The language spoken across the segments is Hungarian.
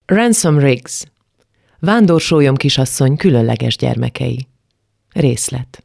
Ransom Riggs. Vándor-sólyom kisasszony különleges gyermekei. Részlet.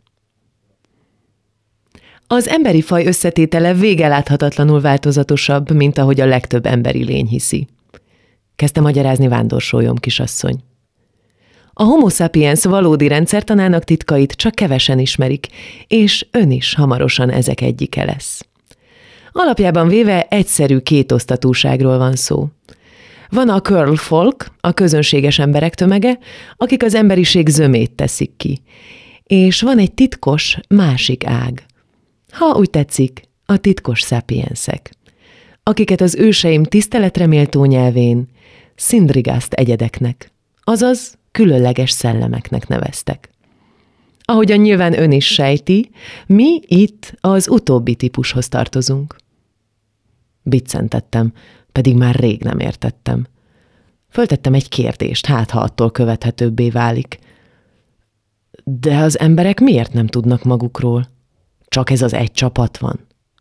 Az emberi faj összetétele végeláthatatlanul változatosabb, mint ahogy a legtöbb emberi lény hiszi. Kezdte magyarázni Vándor-sólyom kisasszony. A Homo sapiens valódi rendszertanának titkait csak kevesen ismerik, és ön is hamarosan ezek egyike lesz. Alapjában véve egyszerű kétosztatúságról van szó. Van a curl folk, a közönséges emberek tömege, akik az emberiség zömét teszik ki. És van egy titkos, másik ág. Ha úgy tetszik, a titkos sapiensek, akiket az őseim tiszteletre méltó nyelvén Sindragast egyedeknek, azaz különleges szellemeknek neveztek. Ahogyan nyilván ön is sejti, mi itt az utóbbi típushoz tartozunk. Biccentettem, pedig már rég nem értettem. Föltettem egy kérdést, ha attól követhetőbbé válik. De az emberek miért nem tudnak magukról? Csak ez az egy csapat van.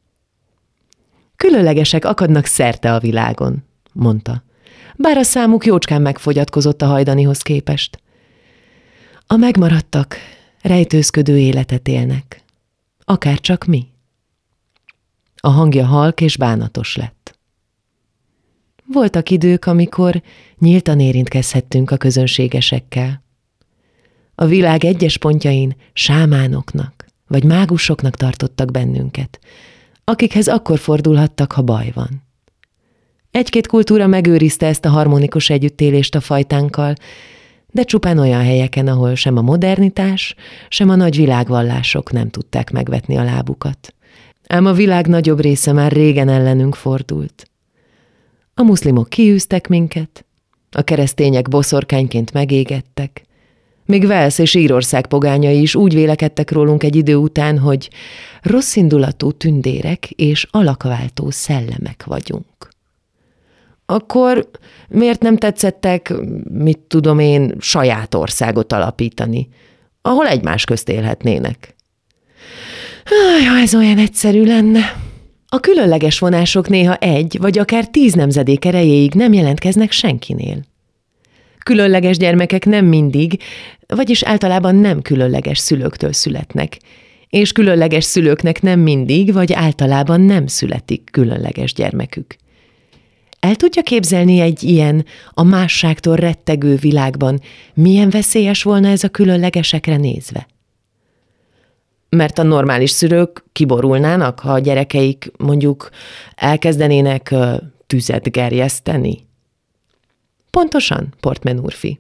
Különlegesek akadnak szerte a világon, mondta, bár a számuk jócskán megfogyatkozott a hajdanihoz képest. A megmaradtak rejtőzködő életet élnek, akár csak mi. A hangja halk és bánatos lett. Voltak idők, amikor nyíltan érintkezhettünk a közönségesekkel. A világ egyes pontjain sámánoknak vagy mágusoknak tartottak bennünket, akikhez akkor fordulhattak, ha baj van. Egy-két kultúra megőrizte ezt a harmonikus együttélést a fajtánkkal, de csupán olyan helyeken, ahol sem a modernitás, sem a nagy világvallások nem tudták megvetni a lábukat. Ám a világ nagyobb része már régen ellenünk fordult. A muszlimok kiűztek minket, a keresztények boszorkányként megégettek, még Wales és Írország pogányai is úgy vélekedtek rólunk egy idő után, hogy rosszindulatú tündérek és alakváltó szellemek vagyunk. Akkor miért nem tetszettek, mit tudom én, saját országot alapítani, ahol egymás közt élhetnének? Ha ez olyan egyszerű lenne. A különleges vonások néha egy vagy akár 10 nemzedék erejéig nem jelentkeznek senkinél. Különleges gyermekek nem mindig, vagyis általában nem különleges szülőktől születnek, és különleges szülőknek nem mindig, vagy általában nem születik különleges gyermekük. El tudja képzelni egy ilyen, a másságtól rettegő világban, milyen veszélyes volna ez a különlegesekre nézve? Mert a normális szülők kiborulnának, ha a gyerekeik mondjuk elkezdenének tüzet gerjeszteni. Pontosan, Portman úrfi.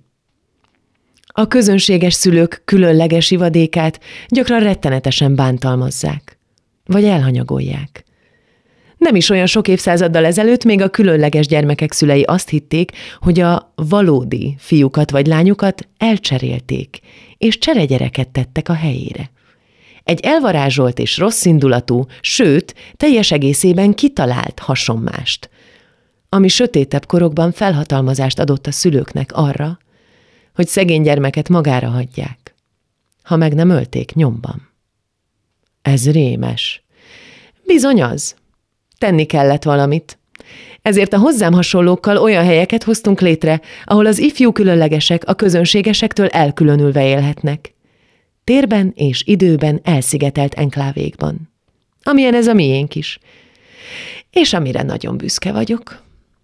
A közönséges szülők különleges ivadékát gyakran rettenetesen bántalmazzák, vagy elhanyagolják. Nem is olyan sok évszázaddal ezelőtt még a különleges gyermekek szülei azt hitték, hogy a valódi fiúkat vagy lányukat elcserélték, és cseregyereket tettek a helyére. Egy elvarázsolt és rosszindulatú, sőt, teljes egészében kitalált hasonmást, ami sötétebb korokban felhatalmazást adott a szülőknek arra, hogy szegény gyermeket magára hagyják, ha meg nem ölték nyomban. Ez rémes. Bizony az. Tenni kellett valamit. Ezért a hozzám hasonlókkal olyan helyeket hoztunk létre, ahol az ifjú különlegesek a közönségesektől elkülönülve élhetnek. Térben és időben elszigetelt enklávékban. Amilyen ez a miénk is. És amire nagyon büszke vagyok.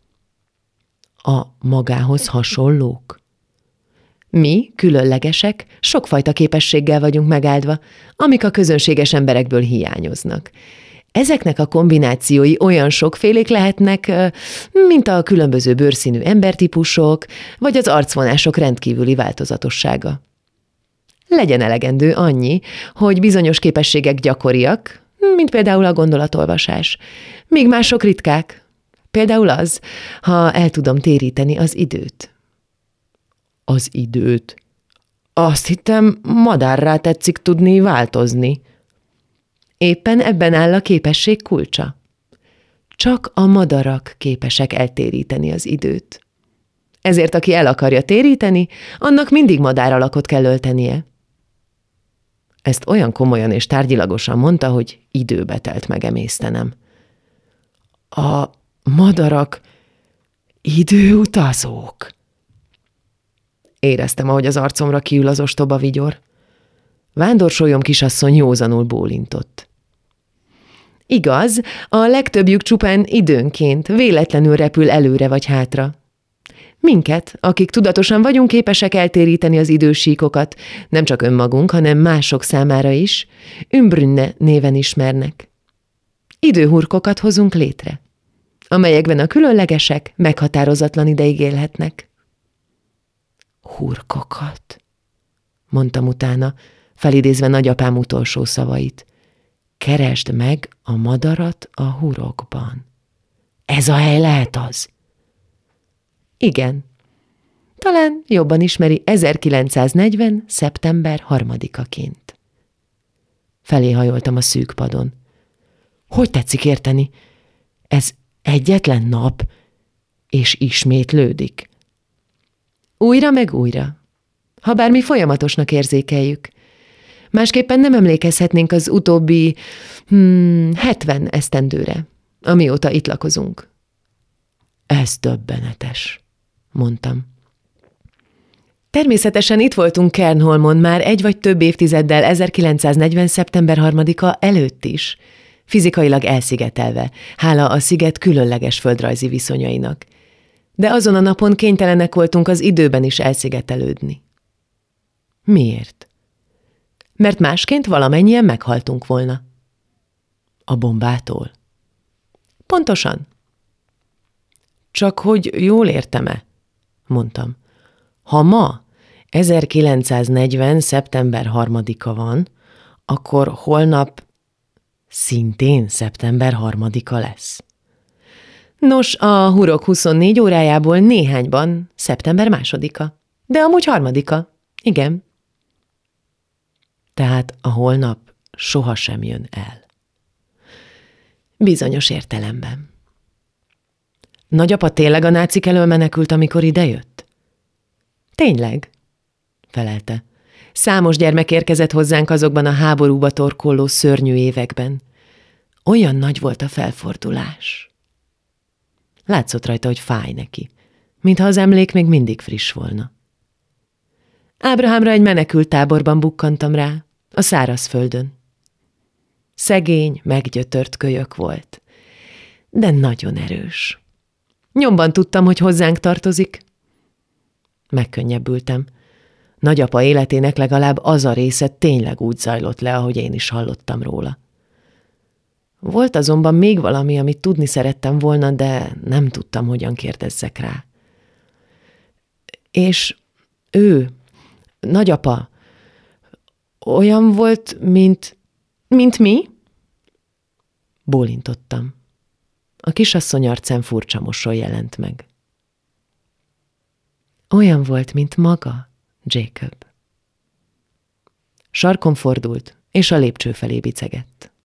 A magához hasonlók? Mi, különlegesek, sokfajta képességgel vagyunk megáldva, amik a közönséges emberekből hiányoznak. Ezeknek a kombinációi olyan sokfélék lehetnek, mint a különböző bőrszínű embertípusok, vagy az arcvonások rendkívüli változatossága. Legyen elegendő annyi, hogy bizonyos képességek gyakoriak, mint például a gondolatolvasás, míg mások ritkák. Például az, ha el tudom téríteni az időt. Az időt? Azt hittem, madárrá tetszik tudni változni. Éppen ebben áll a képesség kulcsa. Csak a madarak képesek eltéríteni az időt. Ezért aki el akarja téríteni, annak mindig madáralakot kell öltenie. Ezt olyan komolyan és tárgyilagosan mondta, hogy időbe telt megemésztenem. A madarak időutazók? Éreztem, ahogy az arcomra kiül az ostoba vigyor. Vándorsolyom kisasszony józanul bólintott. Igaz, a legtöbbjük csupán időnként, véletlenül repül előre vagy hátra. Minket, akik tudatosan vagyunk képesek eltéríteni az idősíkokat, nem csak önmagunk, hanem mások számára is, Ümbrünne néven ismernek. Időhurkokat hozunk létre, amelyekben a különlegesek meghatározatlan ideig élhetnek. Hurkokat, mondtam utána, felidézve nagyapám utolsó szavait. Keresd meg a madarat a hurokban. Ez a hely lehet az? Igen. Talán jobban ismeri 1940. szeptember 3-aként. Felé hajoltam a szűk padon. Hogy tetszik érteni? Ez egyetlen nap, és ismétlődik. Újra meg újra. Habár mi folyamatosnak érzékeljük. Másképpen nem emlékezhetnénk az utóbbi 70 esztendőre, amióta itt lakozunk. Ez döbbenetes, mondtam. Természetesen itt voltunk Kernholmon már egy vagy több évtizeddel 1940. szeptember 3-a előtt is, fizikailag elszigetelve, hála a sziget különleges földrajzi viszonyainak. De azon a napon kénytelenek voltunk az időben is elszigetelődni. Miért? Mert másként valamennyien meghaltunk volna. A bombától? Pontosan. Csak hogy jól értem-e? Mondtam. Ha ma 1940. szeptember 3-a van, akkor holnap szintén szeptember 3-a lesz. Nos, a hurok 24 órájából néhányban szeptember 2-a, de amúgy 3-a. Igen. Tehát a holnap sohasem jön el. Bizonyos értelemben. Nagyapa tényleg a nácik elől menekült, amikor idejött? Tényleg, felelte. Számos gyermek érkezett hozzánk azokban a háborúba torkolló szörnyű években. Olyan nagy volt a felfordulás. Látszott rajta, hogy fáj neki, mintha az emlék még mindig friss volna. Ábrahámra egy menekült táborban bukkantam rá, a szárazföldön. Szegény, meggyötört kölyök volt, de nagyon erős. Nyomban tudtam, hogy hozzánk tartozik. Megkönnyebbültem. Nagyapa életének legalább az a része tényleg úgy zajlott le, ahogy én is hallottam róla. Volt azonban még valami, amit tudni szerettem volna, de nem tudtam, hogyan kérdezzek rá. És ő, nagyapa, olyan volt, mint mi? Bólintottam. A kisasszony arcán furcsa mosoly jelent meg. Olyan volt, mint maga, Jacob. Sarkon fordult, és a lépcső felé bicegett.